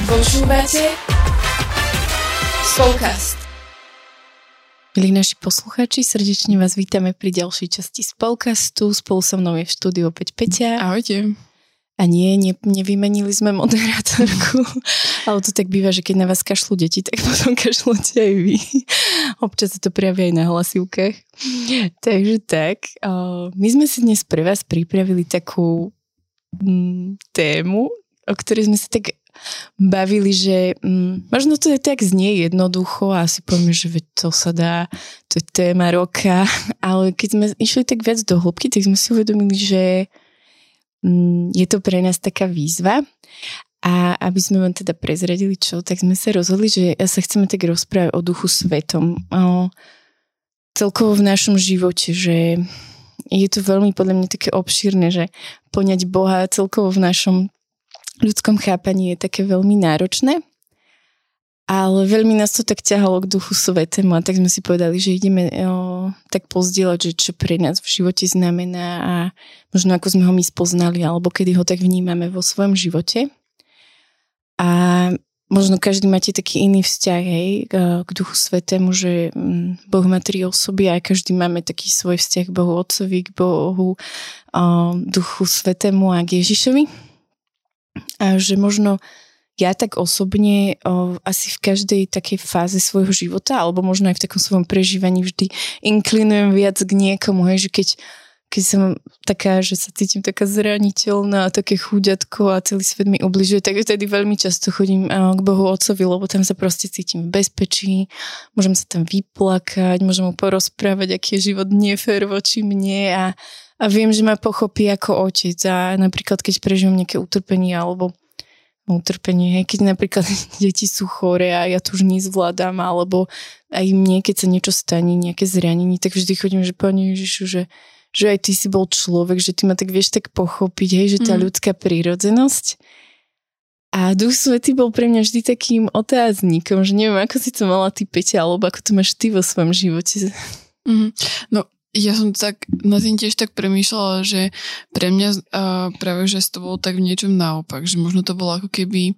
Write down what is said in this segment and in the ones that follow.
Počúvate Spolkast. Milí naši poslucháči, srdečne vás vítame pri ďalšej časti Spolkastu. Spolu so mnou je v štúdiu opäť Peťa. Ahojte. A nevymenili sme moderátorku, ale to tak býva, že keď na vás kašľú deti, tak potom kašľúte aj vy. Občas sa to prejaví aj na hlasivkách. Takže tak, my sme si dnes pre vás pripravili takú tému, o ktorej sme sa tak bavili, že možno to je tak znie jednoducho a si povieme, že to sa dá, to je téma roka, ale keď sme išli tak viac do hĺbky, tak sme si uvedomili, že je to pre nás taká výzva a aby sme vám teda prezradili čo, tak sme sa rozhodli, že sa chceme tak rozprávať o Duchu Svetom, o celkovo v našom živote, že je to veľmi podľa mňa také obšírne, že poňať Boha celkovo v našom ľudskom chápaní je také veľmi náročné, ale veľmi nás to tak ťahalo k Duchu Svetému a tak sme si povedali, že ideme tak pozdieľať, že čo pre nás v živote znamená a možno ako sme ho my spoznali alebo kedy ho tak vnímame vo svojom živote. A možno každý máte taký iný vzťah k Duchu Svetému, že Boh má 3 osoby a každý máme taký svoj vzťah k Bohu Otcovi, k Bohu Duchu Svetému a k Ježišovi. A že možno ja tak osobne asi v každej takej fáze svojho života, alebo možno aj v takom svojom prežívaní vždy inklinujem viac k niekomu, že keď som taká, že sa cítim taká zraniteľná, také chúďatko a celý svet mi ubližuje, tak vtedy veľmi často chodím k Bohu Otcovi, lebo tam sa proste cítim v bezpečí, môžem sa tam vyplakať, môžem mu porozprávať, aký je život nefér voči mne a viem, že ma pochopí ako otec a napríklad keď prežijem nejaké utrpenie alebo utrpenie, keď napríklad deti sú choré a ja to už nezvládam, alebo aj mne, keď sa niečo stane, nejaké zranenie, tak vždy chodím, že Pane Ježišu, že aj ty si bol človek, že ty ma tak vieš tak pochopiť, že tá ľudská prírodzenosť. A Duch Svätý bol pre mňa vždy takým otáznikom, že neviem, ako si to mala ty, Peťa, alebo ako to máš ty vo svojom živote. No, ja som tak na tým tiež tak premýšľala, že pre mňa práve, že to bolo tak v niečom naopak, že možno to bolo ako keby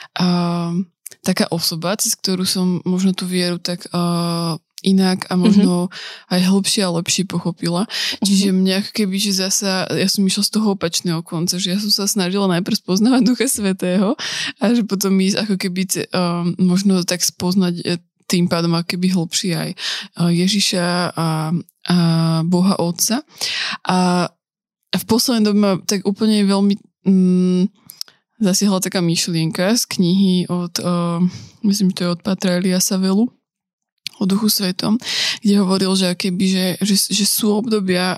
taká osoba, cez ktorú som možno tú vieru tak inak a možno aj hlbšie a lepšie pochopila. Čiže mňa ako keby, že zasa, ja som išla z toho opačného konca, že ja som sa snažila najprv spoznávať Ducha Svätého a že potom ísť ako keby možno tak spoznať tým pádom ako keby hlbšie aj Ježiša a Boha Otca. A v poslednej dobe ma tak úplne veľmi zasiahla taká myšlienka z knihy od, myslím, že to je od Pátra Eliasa Velu, o Duchu Svetom, kde hovoril, že keby, že sú obdobia,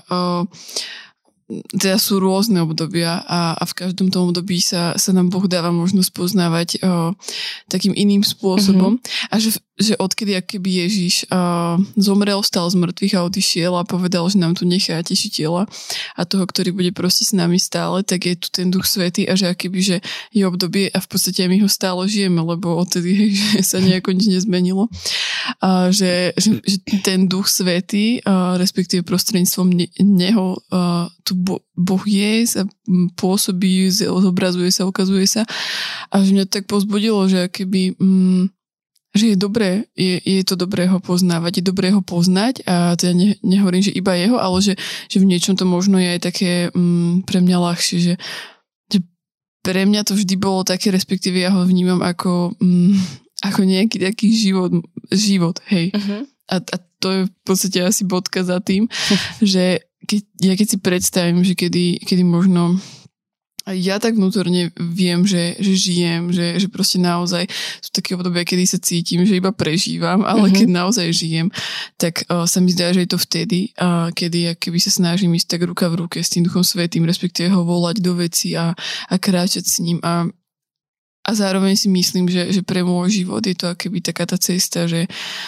teda sú rôzne obdobia a v každom tom období sa nám Boh dáva možnosť poznávať takým iným spôsobom a že odkedy akoby Ježiš zomrel, vstal z mŕtvych a odišiel a povedal, že nám tu nechá tešiteľa a toho, ktorý bude proste s nami stále, tak je tu ten Duch Svätý a že akoby, že je obdobie a v podstate my ho stále žijeme, lebo odtedy že sa nejako nič nezmenilo. A že ten Duch Svätý, respektíve prostredníctvom neho tu Boh je, sa pôsobí, zobrazuje sa, ukazuje sa a že mňa tak povzbudilo, že akoby že je dobré, je to dobré ho poznávať, je dobré ho poznať a teda nehovorím, že iba jeho, ale že v niečom to možno je aj také pre mňa ľahšie, že pre mňa to vždy bolo také, respektíve ja ho vnímam ako nejaký taký život, hej. A to je v podstate asi bodka za tým, že keď si predstavím, že kedy možno ja tak vnútorne viem, že žijem, že proste naozaj sú také obdobia, kedy sa cítim, že iba prežívam, ale keď naozaj žijem, tak sa mi zdá, že je to vtedy, kedy keby sa snažím ísť tak ruka v ruke s tým Duchom Svätým, respektíve ho volať do veci a kráčať s ním a zároveň si myslím, že pre môj život je to akoby taká tá cesta, že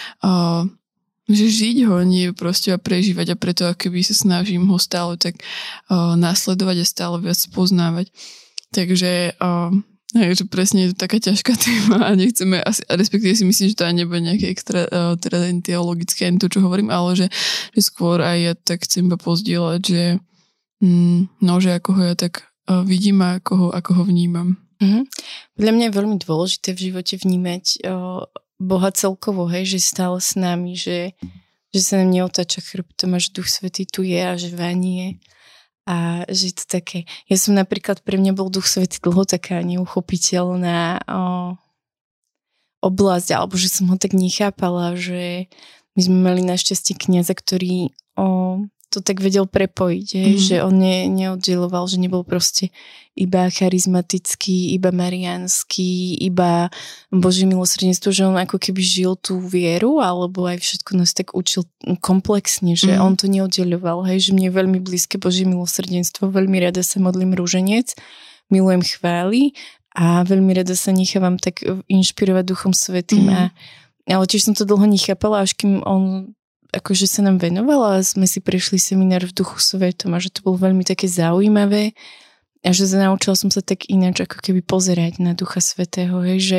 žiť ho, nie proste a prežívať a preto akoby sa snažím ho stále tak nasledovať a stále viac poznávať. Takže že presne je to taká ťažká téma a nechceme, respektíve si myslím, že to aj nebude nejaké extra teda teologické ani to, čo hovorím, ale že skôr aj ja tak chcem iba pozdieľať, že že ako ho ja tak vidím a ako ho vnímam. Podľa mňa je veľmi dôležité v živote vnímať Boha celkovo, hej, že stále s nami, že sa nám neotáča chrbtom a že Duch Svätý tu je a že vanie a že je to také. Ja som napríklad, pre mňa bol Duch Svätý dlho taká neuchopiteľná oblasť, alebo že som ho tak nechápala, že my sme mali našťastie kňaza, ktorý to tak vedel prepojiť, že on neoddieloval, že nebol proste iba charizmatický, iba mariánsky, iba Božie milosrdenstvo, že on ako keby žil tú vieru, alebo aj všetko nás tak učil komplexne, že on to neoddeľoval, hej, že mne je veľmi blízke Božie milosrdenstvo, veľmi rada sa modlím ruženec, milujem chvály a veľmi rada sa nechávam tak inšpirovať Duchom Svätým. Ale tiež som to dlho nechápala, až kým on akože sa nám venovala a sme si prešli seminár v Duchu Svätom a že to bolo veľmi také zaujímavé a že naučila som sa tak ináč ako keby pozerať na Ducha Svätého, hej, že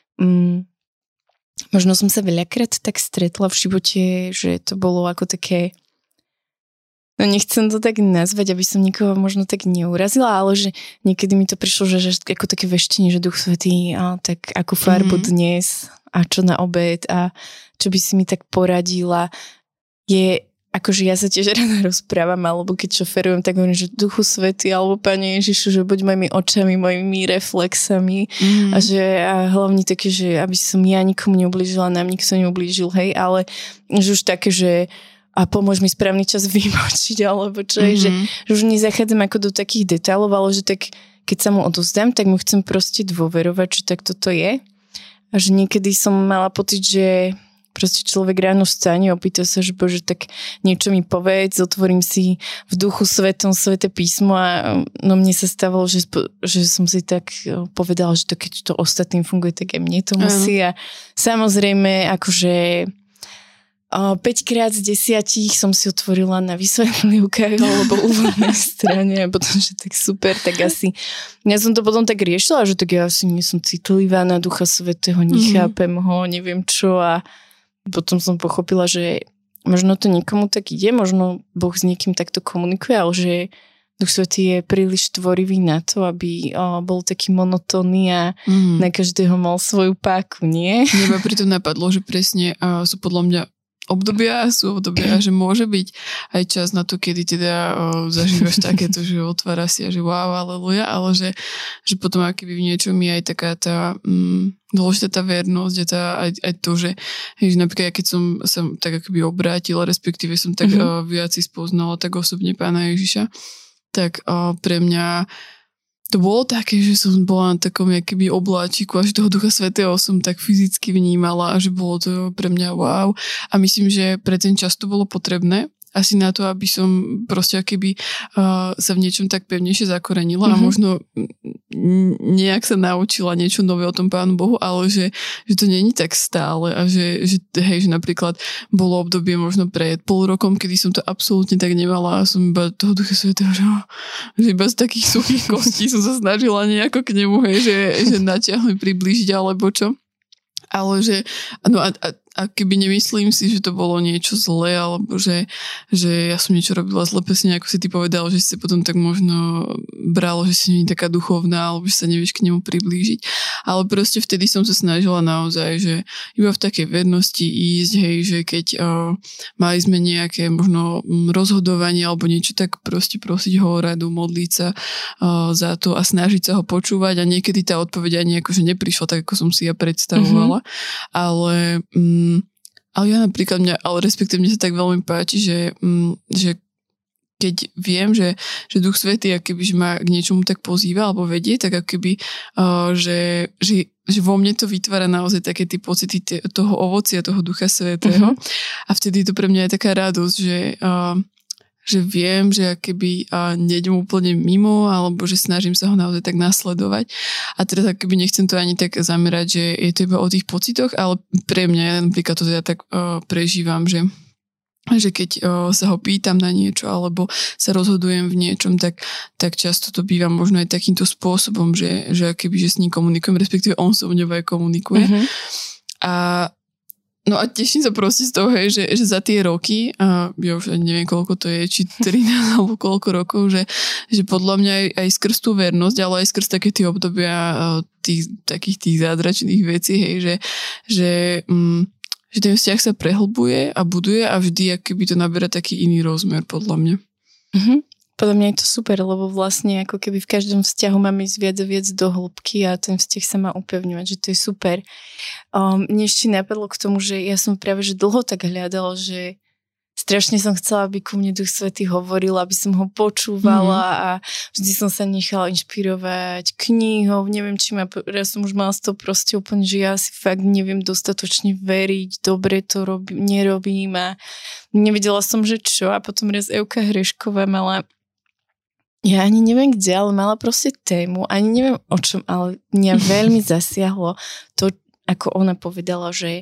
možno som sa veľakrát tak stretla v živote, že to bolo ako také, no nechcem to tak nazvať, aby som nikoho možno tak neurazila, ale že niekedy mi to prišlo, že ako také veštenie, že Duch Svätý, tak akú farbu dnes a čo na obed a čo by si mi tak poradila. Je, akože ja sa tiež rada rozprávam, alebo keď šoferujem, tak hovorím, že Duchu Svätý, alebo Pane Ježišu, že buď mojimi očami, mojimi reflexami a že a hlavne také, že aby som ja nikomu neublížila, nám nikto neublížil, hej, ale že už také, že a pomôž mi správny čas vymočiť, alebo čo je, že už nezachádzam ako do takých detailov, ale že tak, keď sa mu odozdám, tak mu chcem proste dôverovať, že tak toto je. A že niekedy som mala pocit, že proste človek ráno vstane, opýta sa, že Bože, tak niečo mi povedz, otvorím si v Duchu Svätom Sväté písmo a no mne sa stávalo, že som si tak povedala, že to, keď to ostatným funguje, tak aj mne to musí. A samozrejme, akože 5 krát z 10 som si otvorila na vysvetlivkách alebo úvodnej strane a potom, že tak super, tak asi ja som to potom tak riešila, že tak ja asi nie som citlivá na Ducha Svätého, nechápem ho, neviem čo a potom som pochopila, že možno to niekomu tak ide, možno Boh s niekým takto komunikuje, ale že Duch Svätý je príliš tvorivý na to, aby bol taký monotónny a na každého mal svoju páku, nie? Mňa pritom napadlo, že presne sú podľa mňa obdobia, že môže byť aj čas na to, kedy teda zažívaš takéto, že otvára si a že wow, aleluja, ale že potom akýby v niečom je aj taká tá dôležitá tá vernosť a aj to, že napríklad keď som sa tak akoby obrátila, respektíve som tak viac si spoznala tak osobne Pána Ježiša, tak pre mňa to bolo také, že som bola na takom jakýby obláčiku a že toho Ducha Svätého som tak fyzicky vnímala a že bolo to pre mňa wow. A myslím, že pre ten čas to bolo potrebné asi na to, aby som proste akýby sa v niečom tak pevnejšie zakorenila a možno nejak sa naučila niečo nové o tom Pánu Bohu, ale že to není tak stále a že napríklad bolo obdobie možno pred pol rokom, kedy som to absolútne tak nemala a som iba toho Ducha Svätého, že iba z takých suchých kostí som sa snažila nejako k nemu, že natiahnuť, priblížiť alebo čo. Ale že, no a keby nemyslím si, že to bolo niečo zlé, alebo že ja som niečo robila zle, presne ako si ty povedal, že si sa potom tak možno bralo, že si nie je taká duchovná, alebo že sa nevieš k nemu priblížiť. Ale proste vtedy som sa snažila naozaj, že iba v takej vernosti ísť, že keď mali sme nejaké možno rozhodovanie alebo niečo, tak proste prosiť ho o radu, modliť sa za to a snažiť sa ho počúvať a niekedy tá odpoveď ani akože neprišla tak, ako som si ja predstavovala. Ale ja napríklad respektíve mne sa tak veľmi páči, že keď viem, že Duch Svätý akoby, že ma k niečomu tak pozýva alebo vedie, tak akoby, že vo mne to vytvára naozaj také tie pocity toho ovocia, toho Ducha Svätého. A vtedy je to pre mňa aj taká radosť, že viem, že akoby nejdem úplne mimo, alebo že snažím sa ho naozaj tak nasledovať. A teraz akoby nechcem to ani tak zamerať, že je to iba o tých pocitoch, ale pre mňa, ja napríklad to ja tak prežívam, že keď sa ho pýtam na niečo, alebo sa rozhodujem v niečom, tak často to býva možno aj takýmto spôsobom, že akoby, že s ním komunikujem, respektíve on so mňou aj komunikuje. No a teším sa proste z toho, hej, že za tie roky, a ja už neviem, koľko to je, či 13 alebo koľko rokov, že podľa mňa aj skrz tú vernosť, ale aj skrz také tie obdobia takých tých zázračných vecí, hej, že ten vzťah sa prehlbuje a buduje a vždy akoby to naberá taký iný rozmer, podľa mňa. Mhm. Podľa mňa je to super, lebo vlastne ako keby v každom vzťahu máme ísť viac a viac do hĺbky a ten vzťah sa má upevňovať, že to je super. Mne ešte napadlo k tomu, že ja som práve že dlho tak hľadala, že strašne som chcela, aby ku mne Duch Svätý hovoril, aby som ho počúvala a vždy som sa nechala inšpirovať knihou, neviem, či ja som už mala z toho proste úplne, že ja si fakt neviem dostatočne veriť, dobre to nerobím a nevedela som, že čo a potom raz Evka Hrešková mala ja ani neviem kde, ale mala proste tému, ani neviem o čom, ale mňa veľmi zasiahlo to, ako ona povedala, že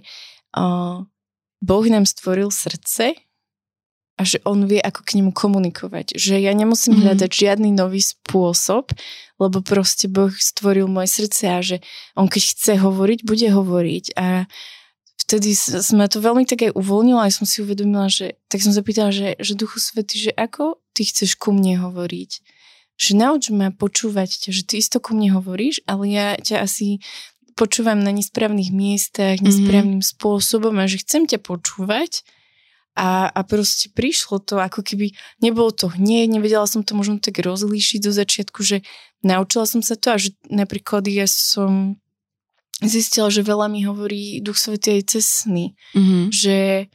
Boh nám stvoril srdce a že on vie, ako k nemu komunikovať. Že ja nemusím hľadať žiadny nový spôsob, lebo proste Boh stvoril moje srdce a že on keď chce hovoriť, bude hovoriť. A vtedy ma to veľmi tak aj uvoľnilo a som si uvedomila, že tak som sa pýtala, že Duchu Svätý, že ako ty chceš ku mne hovoriť? Že nauč ma počúvať ťa, že ty isto ku mne hovoríš, ale ja ťa asi počúvam na nesprávnych miestach, nesprávnym spôsobom a že chcem ťa počúvať a proste prišlo to, ako keby nebolo to hneď, nevedela som to možno tak rozlíšiť do začiatku, že naučila som sa to a že napríklad ja som zistila, že veľa mi hovorí Duch Svätý aj cez sny, že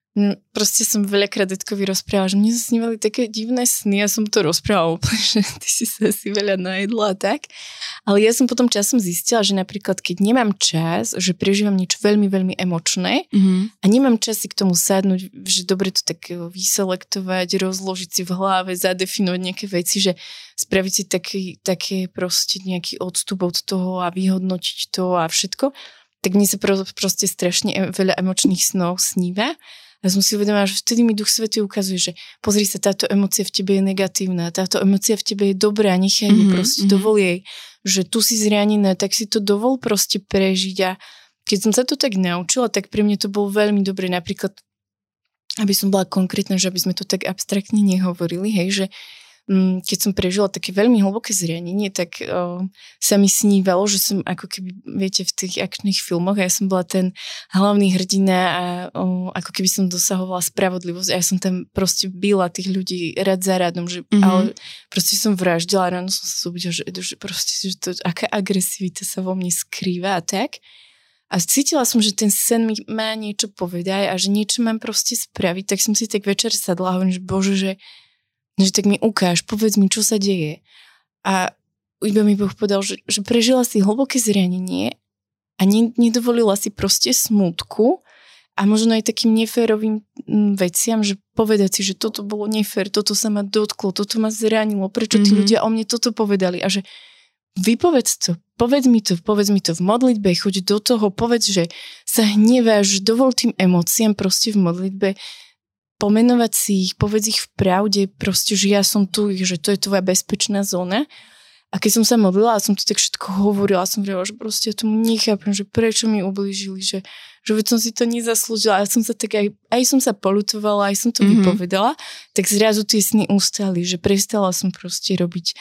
proste som veľakrát detkovi rozprávala, že mne sa snívali také divné sny a som to rozprávala úplne, že ty si sa asi veľa najedla a tak. Ale ja som potom časom zistila, že napríklad keď nemám čas, že prežívam niečo veľmi, veľmi emočné a nemám čas si k tomu sadnúť, že dobre to tak vyselektovať, rozložiť si v hlave, zadefinovať nejaké veci, že spraviť si také proste nejaký odstup od toho a vyhodnotiť to a všetko, tak mne sa proste strašne veľa emočných snov sníva. A som si uvedomila, že vtedy mi Duch Svätý ukazuje, že pozri sa, táto emócia v tebe je negatívna, táto emócia v tebe je dobrá, nechaj ju proste, dovol jej, že tu si zranená, tak si to dovol proste prežiť a keď som sa to tak naučila, tak pre mňa to bolo veľmi dobré, napríklad, aby som bola konkrétna, že aby sme to tak abstraktne nehovorili, hej, že keď som prežila také veľmi hlboké zranenie, tak sa mi snívalo, že som ako keby, viete, v tých akčných filmoch a ja som bola ten hlavný hrdina a ako keby som dosahovala spravodlivosť a ja som tam proste byla tých ľudí rad za radom, že, ale proste som vraždila a ráno som sa súbudila, že proste, že to, aká agresivita sa vo mne skrýva a tak. A cítila som, že ten sen mi má niečo povedať a že niečo mám proste spraviť, tak som si tak večer sadla a hovorím, že Bože, že tak mi ukáž, povedz mi, čo sa deje. A iba mi Boh povedal, že prežila si hlboké zranenie a nedovolila si proste smútku a možno aj takým neférovým veciam, že povedať si, že toto bolo nefér, toto sa ma dotklo, toto ma zranilo, prečo tí ľudia o mne toto povedali a že vypovedz to, povedz mi to v modlitbe, choď do toho, povedz, že sa hneváš, dovol tým emóciám proste v modlitbe pomenovať si ich, povedz ich v pravde, proste, že ja som tu, že to je tvoja bezpečná zóna. A keď som sa modlila a som to tak všetko hovorila, som hovorila, že proste ja tomu nechápem, že prečo mi ublížili, že veď som si to nezaslúžila. A som sa tak aj som sa poľutovala, aj som to vypovedala, tak zrazu tie sny ustali, že prestala som proste robiť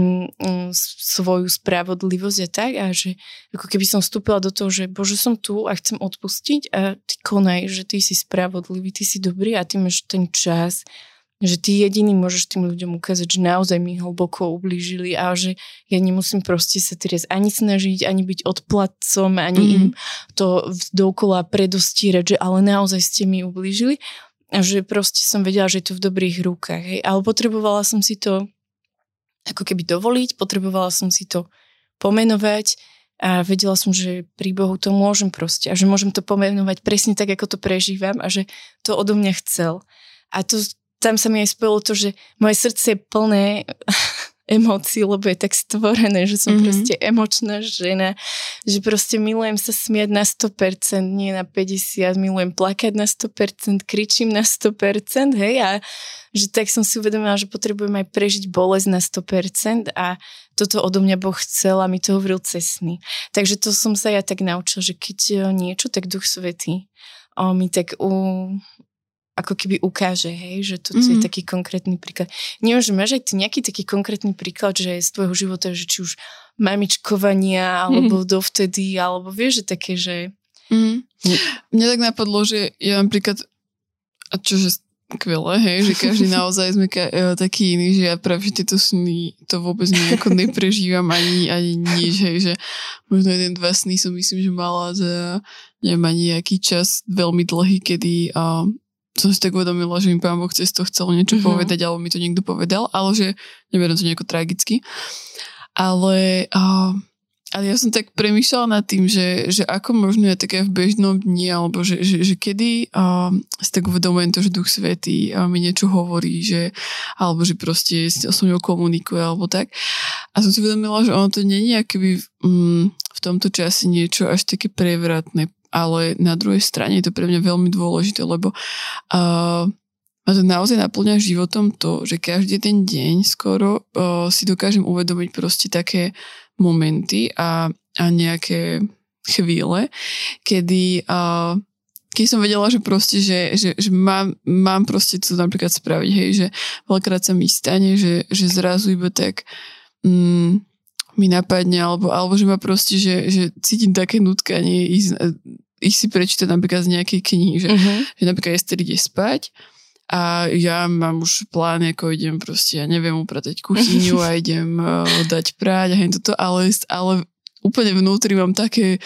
svoju spravodlivosť a tak a že ako keby som vstúpila do toho, že Bože, som tu a chcem odpustiť a ty konaj, že ty si spravodlivý, ty si dobrý a ty máš ten čas, že ty jediný môžeš tým ľuďom ukázať, že naozaj mi hlboko ublížili a že ja nemusím proste sa teraz ani snažiť, ani byť odplatcom, ani im to dookola predostírať, že ale naozaj ste mi ublížili a že proste som vedela, že je to v dobrých rukách. Hej. Ale potrebovala som si to ako keby dovoliť, potrebovala som si to pomenovať a vedela som, že pri Bohu to môžem proste a že môžem to pomenovať presne tak, ako to prežívam a že to odo mňa chcel. A to tam sa mi aj spojilo to, že moje srdce je plné emócií, lebo je tak stvorené, že som proste emočná žena, že proste milujem sa smiať na 100%, nie na 50%, milujem plakať na 100%, kričím na 100%, hej, a že tak som si uvedomila, že potrebujem aj prežiť bolesť na 100% a toto odo mňa Boh chcel a mi to hovoril cez sny. Takže to som sa ja tak naučila, že keď niečo, tak Duch Svätý mi tak ako keby ukáže, hej, že to je taký konkrétny príklad. Neviem, že máš aj ty nejaký taký konkrétny príklad, že z tvojho života, že či už mamičkovania, alebo dovtedy, alebo vieš, že také, že... Mne tak napadlo, že ja napríklad, a čože skvelé, hej, že každý naozaj sme taký iný, že ja práve tieto sny to vôbec nejako neprežívam ani nič, hej, že možno 1-2 sny som myslím, že mala za neviem ani nejaký čas veľmi dlhý, kedy som si tak uvedomila, že mi Pán Boh cez to chcel niečo povedať, alebo mi to niekto povedal, ale že neberiem to nejako tragicky. Ale ja som tak premýšľala nad tým, že ako možno je také v bežnom dni, alebo že kedy si tak uvedomujem to, že Duch Svätý mi niečo hovorí, alebo že proste so mnou komunikuje, alebo tak. A som si uvedomila, že ono to nie je akoby v tomto čase niečo až také prevratné, ale na druhej strane je to pre mňa veľmi dôležité, lebo ma to naozaj naplňa životom to, že každý ten deň skoro si dokážem uvedomiť proste také momenty a nejaké chvíle, kedy som vedela, že proste, že mám proste to napríklad spraviť, hej, že veľakrát sa mi stane, že zrazu iba tak mi napadne, alebo že ma proste, že cítim také nutkanie ísť si prečítať napríklad z nejakej knihy, že napríklad Ester ide spať a ja mám už plán, ako idem proste, ja neviem, upratať kuchyňu a idem dať práť a toto, ale úplne vnútri mám také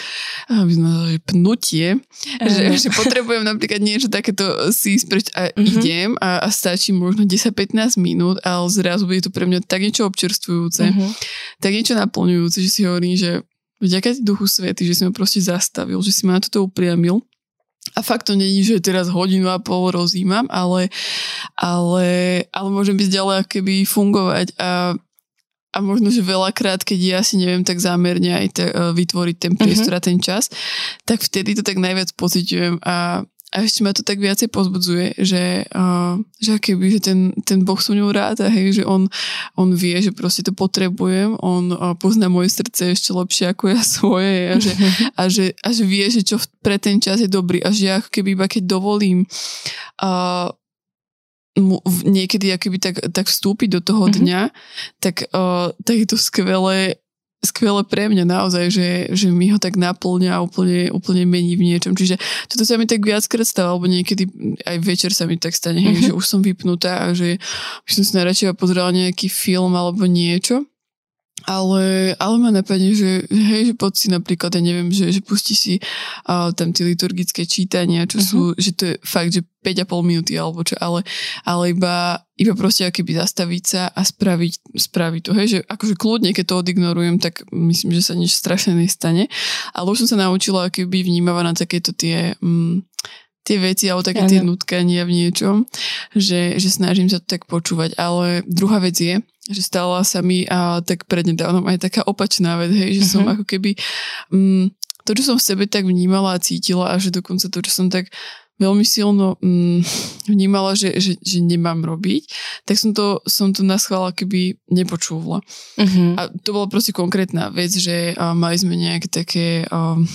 pnutie, že potrebujem napríklad niečo takéto si ísť preč a idem a stačí možno 10-15 minút, ale zrazu bude to pre mňa tak niečo občerstvujúce, tak niečo naplňujúce, že si hovorím, že vďaka Duchu Svätý, že si ma proste zastavil, že si ma na toto upriamil. A fakt to není, že teraz 1.5 hodinu rozímam, ale môžem byť ďalej keby fungovať a možno, že veľakrát, keď ja si neviem tak zámerne aj vytvoriť ten priestor a ten čas, tak vtedy to tak najviac pociťujem a ešte ma to tak viacej pozbudzuje, že keby, že ten Boh so mňou ráta, hej, že on vie, že proste to potrebujem, on pozná moje srdce ešte lepšie ako ja svoje a že vie, že čo pre ten čas je dobrý a že ja ako keby iba keď dovolím niekedy akoby tak vstúpiť do toho dňa, tak je to skvelé pre mňa naozaj, že mi ho tak naplňa a úplne mení v niečom. Čiže toto sa mi tak viackrát stáva, alebo niekedy aj večer sa mi tak stane, že už som vypnutá a že by som si najradšej pozerala nejaký film alebo niečo. Ale ma napadne, že hej, že poď si napríklad, ja neviem, že pustí si tam tie liturgické čítania, čo sú, že to je fakt, že 5,5 minúty alebo čo, ale iba proste akoby zastaviť sa a spraviť to, hej, že akože kľudne, keď to odignorujem, tak myslím, že sa nič strašné nestane, ale už som sa naučila akoby vnímavať na takéto tie veci alebo také tie nutkania v niečom, že snažím sa to tak počúvať, ale druhá vec je, že stala sa mi tak prednedávnom aj taká opačná vec, hej, že som ako keby to, čo som v sebe tak vnímala a cítila a že dokonca to, čo som tak veľmi silno vnímala, že nemám robiť, tak som to naschvála keby nepočúvala. A to bola proste konkrétna vec, že mali sme nejaké také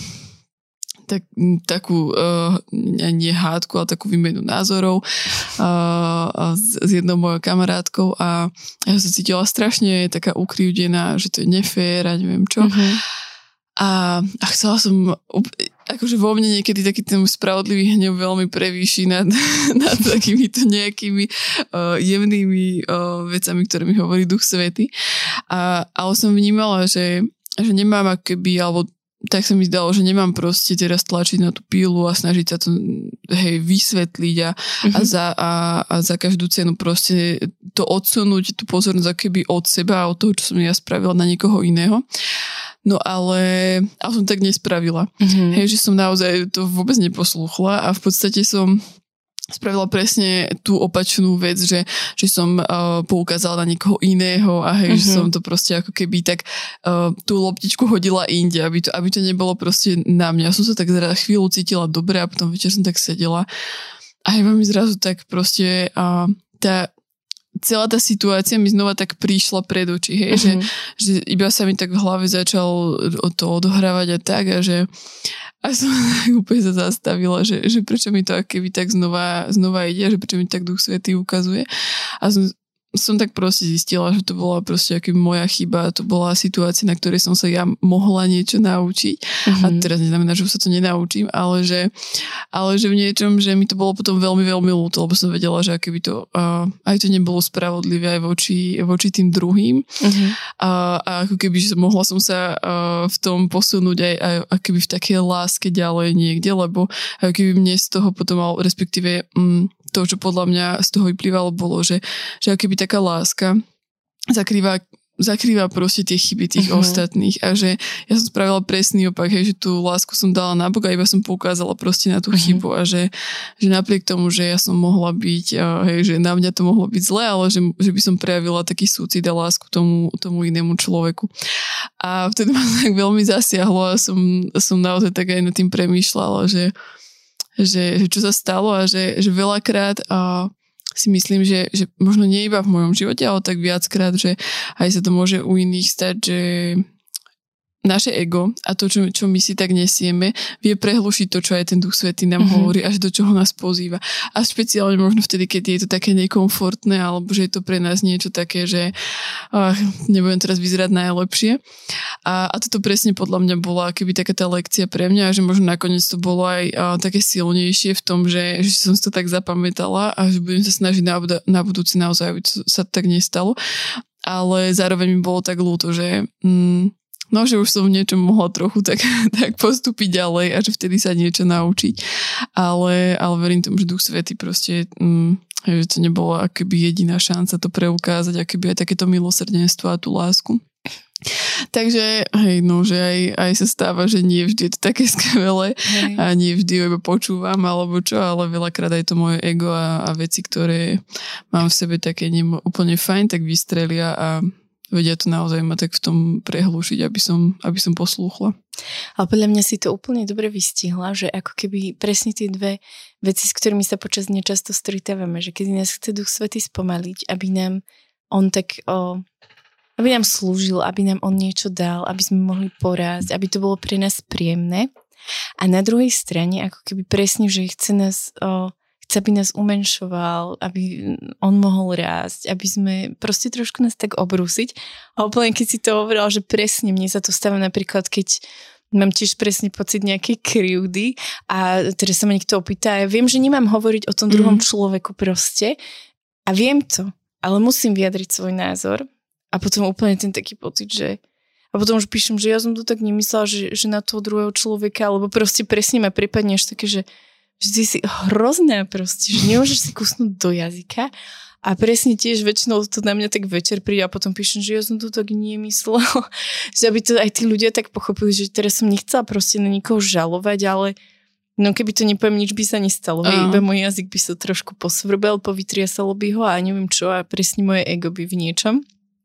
takú nie hádku, ale takú výmenu názorov s jednou mojou kamarátkou a ja sa cítila strašne taká ukrivdená, že to je nefér a neviem čo. A chcela som, akože vo mne niekedy taký ten spravodlivý hnev veľmi prevýši nad takýmito nejakými jemnými vecami, ktoré mi hovorí Duch Svätý. Ale som vnímala, že nemám akoby, alebo tak sa mi zdalo, že nemám proste teraz tlačiť na tú pílu a snažiť sa to vysvetliť a za každú cenu proste to odsunúť, tú pozornosť akoby od seba a od toho, čo som ja spravila na niekoho iného. No ale som tak nespravila. Hej, že som naozaj to vôbec neposlúchla a v podstate som spravila presne tú opačnú vec, že som poukázala na niekoho iného a hej, že som to proste ako keby tak tú loptičku hodila inde, aby to nebolo proste na mňa. Ja som sa tak chvíľu cítila dobre a potom večer som tak sedela a iba mi zrazu tak proste celá tá situácia mi znova tak prišla pred oči, hej, že iba sa mi tak v hlave začal to odohrávať a tak a že a som úplne sa zastavila, že prečo mi to akoby tak znova ide, že prečo mi tak Duch Svätý ukazuje a som tak proste zistila, že to bola proste aký moja chyba, to bola situácia, na ktorej som sa ja mohla niečo naučiť a teraz neznamená, že sa to nenaučím, ale že v niečom, že mi to bolo potom veľmi, veľmi ľúto, lebo som vedela, že akoby to aj to nebolo spravodlivé aj voči tým druhým a ako keby, že mohla som sa v tom posunúť aj akoby v takej láske ďalej niekde, lebo akoby mne z toho potom mal, respektíve to, čo podľa mňa z toho vyplývalo, bolo, že akoby taká láska zakrýva proste tie chyby tých ostatných a že ja som spravila presný opak, hej, že tú lásku som dala nabok a iba som poukázala proste na tú chybu a že napriek tomu, že ja som mohla byť, hej, že na mňa to mohlo byť zle, ale že by som prejavila taký súcit a lásku tomu inému človeku. A vtedy ma tak veľmi zasiahlo a som naozaj tak aj nad tým premýšľala, že čo sa stalo a že veľakrát si myslím, že možno nie iba v mojom živote, ale tak viackrát, že aj sa to môže u iných stať, že naše ego a to, čo my si tak nesieme, vie prehlušiť to, čo aj ten Duch Svätý nám hovorí, až do čoho nás pozýva. A špeciálne možno vtedy, keď je to také nekomfortné, alebo že je to pre nás niečo také, že nebudem teraz vyzerať najlepšie. A toto presne podľa mňa bola keby taká tá lekcia pre mňa, že možno nakoniec to bolo aj také silnejšie v tom, že som si to tak zapamätala a že budem sa snažiť na budúci naozaj, aby sa tak nestalo. Ale zároveň mi bolo tak ľúto, že že už som v niečom mohla trochu tak postúpiť ďalej a že vtedy sa niečo naučiť. Ale verím tomu, že Duch Svätý proste, že to nebola akoby jediná šanca to preukázať, akoby aj takéto milosrdenstvo a tú lásku. Takže, hej, že aj sa stáva, že nie vždy je to také skvelé a nie vždy ho iba počúvam alebo čo, ale veľakrát aj to moje ego a veci, ktoré mám v sebe také úplne fajn, tak vystrelia a vedia to naozaj ma tak v tom prehlušiť, aby som poslúchla. Ale podľa mňa si to úplne dobre vystihla, že ako keby presne tie dve veci, s ktorými sa počas dňa často stretávame, že keď nás chce Duch Svätý spomaliť, aby nám on tak aby nám slúžil, aby nám on niečo dal, aby sme mohli porásť, aby to bolo pre nás príjemné. A na druhej strane, ako keby presne, že chce, aby nás umenšoval, aby on mohol rásť, aby sme proste trošku nás tak obrúsiť. A úplne, keď si to hovorila, že presne mne sa to stáva napríklad, keď mám tiež presne pocit nejakej krivdy a teraz sa ma niekto opýta a ja viem, že nemám hovoriť o tom druhom človeku proste a viem to, ale musím vyjadriť svoj názor. A potom úplne ten taký pocit, že a potom už píšem, že ja som to tak nemyslela, že na toho druhého človeka, alebo proste presne ma pripadne až také, že ty si hrozná proste, že nemôžeš si kusnúť do jazyka a presne tiež väčšinou to na mňa tak večer príde a potom píšem, že ja som to tak nemyslela, že aby to aj tí ľudia tak pochopili, že teraz som nechcela proste na nikoho žalovať, ale no keby to nepoviem, nič by sa nestalo, iba môj jazyk by sa trošku posvrbel, povytriasalo by ho a neviem čo a presne moje ego by v niečom.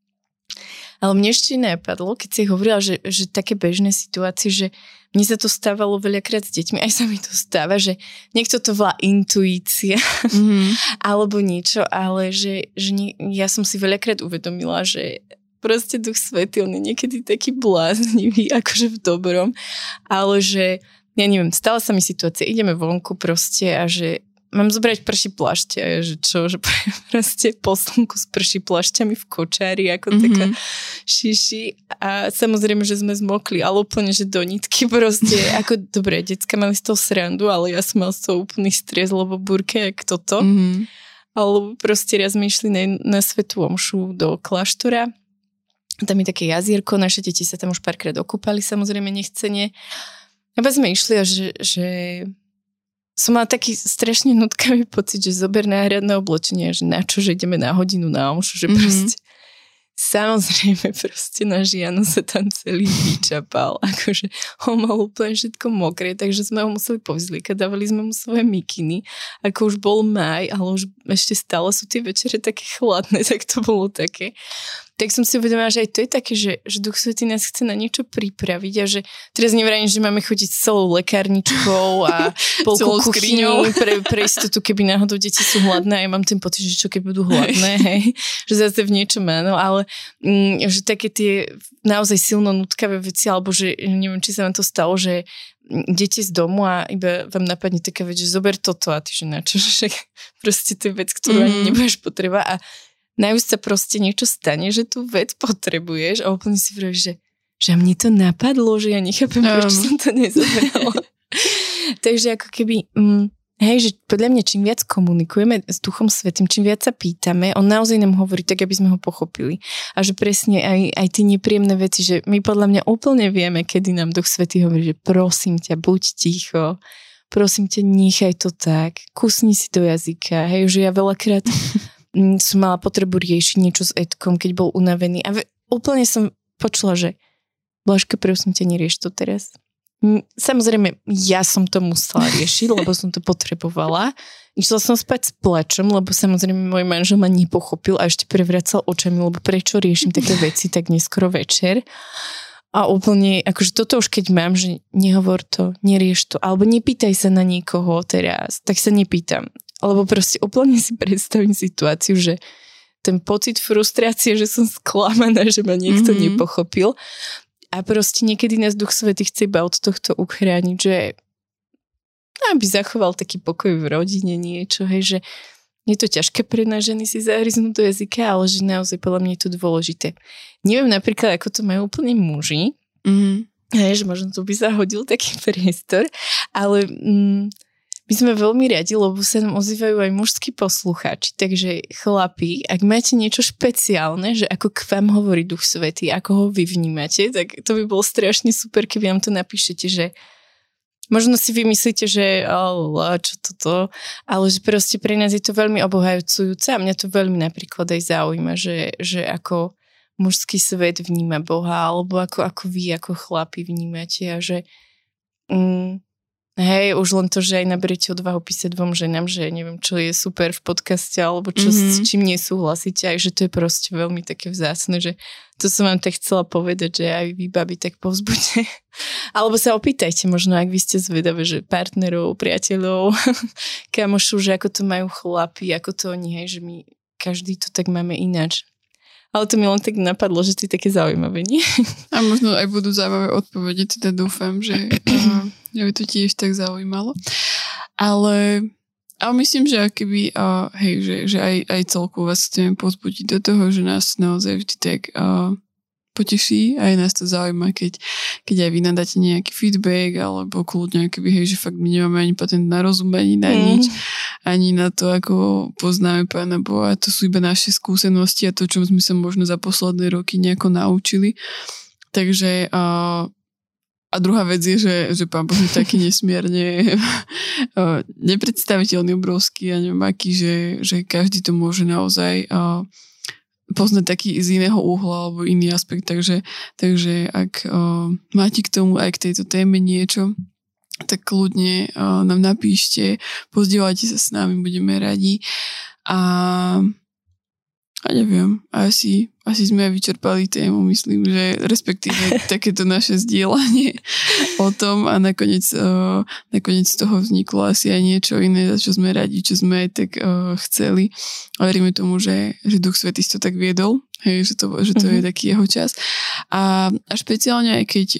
Ale mne ešte napadlo, keď si hovorila, že také bežné situácie, že mne sa to stávalo veľakrát s deťmi, aj sa mi to stáva, že niekto to volá intuícia alebo niečo, ale že ja som si veľakrát uvedomila, že proste Duch Svätý, on je niekedy taký bláznivý, akože v dobrom, ale že, ja neviem, stala sa mi situácia, ideme vonku proste a že mám zobrať prší plášť a že čo, že proste po slnku s prší plášťami v kočári ako taká šiši a samozrejme, že sme zmokli, ale úplne, že do nitky proste, ako dobre, decka mali z toho srandu, ale ja som mal z toho úplný stres, lebo burke, jak toto. Alebo proste raz sme išli na svätú omšu do kláštora. Tam je také jazierko, naše deti sa tam už párkrát okúpali, samozrejme nechcene. A pak sme išli a že som mala taký strašne nutkavý pocit, že zober náhradné oblečenie, že na čo, že ideme na hodinu na omšu, že proste samozrejme proste náš Jano sa tam celý vyčapal, akože ho mal úplne všetko mokré, takže sme ho museli povzliekať, dávali sme mu svoje mikiny, ako už bol máj, ale už ešte stále sú tie večere také chladné, tak to bolo také. tak som si uvedomila, že aj to je také, že Duch Svätý nás chce na niečo pripraviť a že teraz nevrajím, že máme chodiť s celou lekárničkou a polkou kuchyni pre istotu, keby náhodou deti sú hladné a ja mám ten pocit, že čo keď budú hladné, hej, že zase v niečom áno, ale že také tie naozaj silno nutkavé veci, alebo že neviem, či sa vám to stalo, že idete z domu a iba vám napadne taká vec, že zober toto a ty, že na čo, že proste to je vec, ktorú ani nebudeš potrebovať a najúsť sa proste niečo stane, že tú vec potrebuješ a úplne si vravíš, že mne to napadlo, že ja nechápem, prečo som to nezobrala. Takže ako keby, hej, že podľa mňa čím viac komunikujeme s Duchom Svätým, čím viac sa pýtame, on naozaj nám hovorí tak, aby sme ho pochopili. A že presne aj tie nepríjemné veci, že my podľa mňa úplne vieme, kedy nám Duch Svätý hovorí, že prosím ťa, buď ticho, prosím ťa, nechaj to tak, kusni si do jazyka, hej, že ja veľakrát som mala potrebu riešiť niečo s Edkom, keď bol unavený a úplne som počula, že Blažka, prosím ťa, nerieš to teraz. Samozrejme, ja som to musela riešiť, lebo som to potrebovala. Išla som spať s plačom, lebo samozrejme môj manžel ma nepochopil a ešte prevracal očami, lebo prečo riešim také veci tak neskoro večer. A úplne, akože toto už keď mám, že nehovor to, nerieš to, alebo nepýtaj sa na niekoho teraz, tak sa nepýtam. Lebo proste úplne si predstavím situáciu, že ten pocit frustrácie, že som sklamaná, že ma niekto nepochopil. A proste niekedy nás Duch Svätý chce iba od tohto uchrániť, že aby zachoval taký pokoj v rodine, niečo, hej, že je to ťažké pre nás ženy si zahryznúť do jazyka, ale že naozaj podľa mňa je to dôležité. Neviem napríklad, ako to majú úplne muži, hej, že možno to by sa hodil taký priestor, ale my sme veľmi radi, lebo sa nám ozývajú aj mužskí poslucháči, takže chlapi, ak máte niečo špeciálne, že ako k vám hovorí Duch Svätý, ako ho vy vnímate, tak to by bolo strašne super, keby nám to napíšete, že možno si vymyslíte, že čo toto, ale že proste pre nás je to veľmi obohajúcujúce a mňa to veľmi napríklad aj zaujíma, že ako mužský svet vníma Boha, alebo ako vy, ako chlapi vnímate a že hej, už len to, že aj naberiete odvahu písať dvom ženám, že neviem, čo je super v podcaste, alebo čo s čím nesúhlasíte, aj že to je proste veľmi také vzácne, že to som vám tak chcela povedať, že aj vy, babi, tak povzbuďte. Alebo sa opýtajte možno, ak vy ste zvedavé, že partnerov, priateľov, kamošov, že ako to majú chlapi, ako to oni, hej, že my každý to tak máme ináč. Ale to mi len tak napadlo, že to je také zaujímavé, nie? A možno aj budú zaujímavé odpovede, teda dúfam, že by to tiež tak zaujímalo. Ale myslím, že akýby, hej, že aj celkovo vás chceme pozbudiť do toho, že nás naozaj vždy tak poteší a aj nás to zaujíma, keď aj vy nadáte nejaký feedback alebo kľudne, keby, hej, že fakt my nemáme ani patent na rozum, ani na nič, ani na to, ako poznáme Pána Boha. To sú iba naše skúsenosti a to, čo sme sa možno za posledné roky nejako naučili. Takže a druhá vec je, že Pán Boh je taký nesmierne nepredstaviteľný, obrovský a neviem aký, že každý to môže naozaj poznať taký z iného uhla alebo iný aspekt, takže ak máte k tomu aj k tejto téme niečo, tak kľudne nám napíšte, pozdieľajte sa s nami, budeme radi a neviem, asi sme aj vyčerpali tému, myslím, že respektíve takéto naše zdieľanie o tom a nakoniec z toho vzniklo asi aj niečo iné, za čo sme radi, čo sme aj tak chceli. A veríme tomu, že Duch Svätý to tak viedol, hej, že to je taký jeho čas. A špeciálne aj keď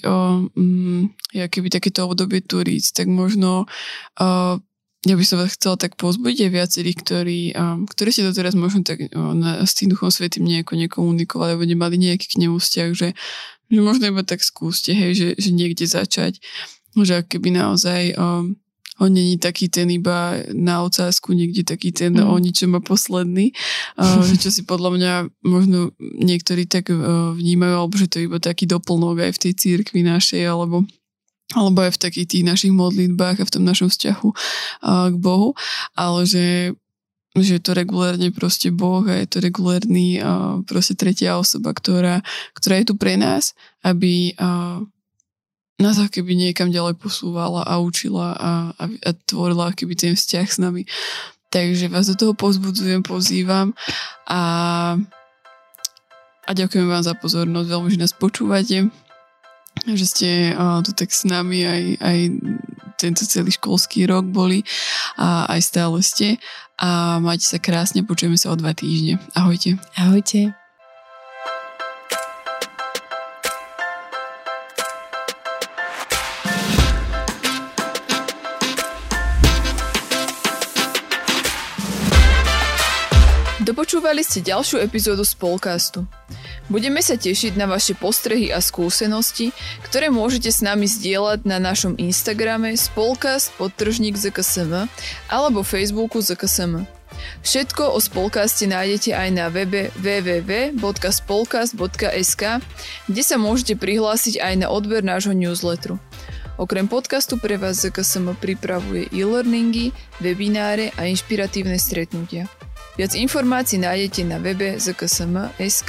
keby takéto obdobie turíc, tak možno ja by som vás chcela tak pozbudiť aj viacerých, ktorí ste doteraz možno tak s tým Duchom Svätým nejako nekomunikovali, alebo nemali nejaký k nemu vzťah, že možno iba tak skúste, hej, že niekde začať. Že keby naozaj on není taký ten iba na ocásku, niekde taký ten o ničom a posledný, že čo si podľa mňa možno niektorí tak vnímajú, alebo že to je iba taký doplnok aj v tej cirkvi našej, alebo aj v takých tých našich modlitbách a v tom našom vzťahu k Bohu, ale že je to regulérne proste Boh a je to regulérny proste tretia osoba, ktorá je tu pre nás, aby nás keby niekam ďalej posúvala a učila a tvorila keby ten vzťah s nami. Takže vás do toho pozbudzujem, pozývam a A ďakujem vám za pozornosť, veľmi, že nás počúvate, že ste tu tak s nami aj tento celý školský rok boli a aj stále ste. A majte sa krásne, počujeme sa o 2 týždne. Ahojte. Ahojte. Dopočúvali ste ďalšiu epizódu Spolcastu. Budeme sa tešiť na vaše postrehy a skúsenosti, ktoré môžete s nami zdieľať na našom Instagrame spolcast_ZKSM alebo Facebooku ZKSM. Všetko o Spolcaste nájdete aj na webe www.spolcast.sk, kde sa môžete prihlásiť aj na odber nášho newsletteru. Okrem podcastu pre vás ZKSM pripravuje e-learningy, webináre a inšpiratívne stretnutia. Viac informácií nájdete na webe zksm.sk.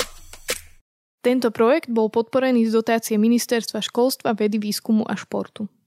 Tento projekt bol podporený z dotácie Ministerstva školstva, vedy, výskumu a športu.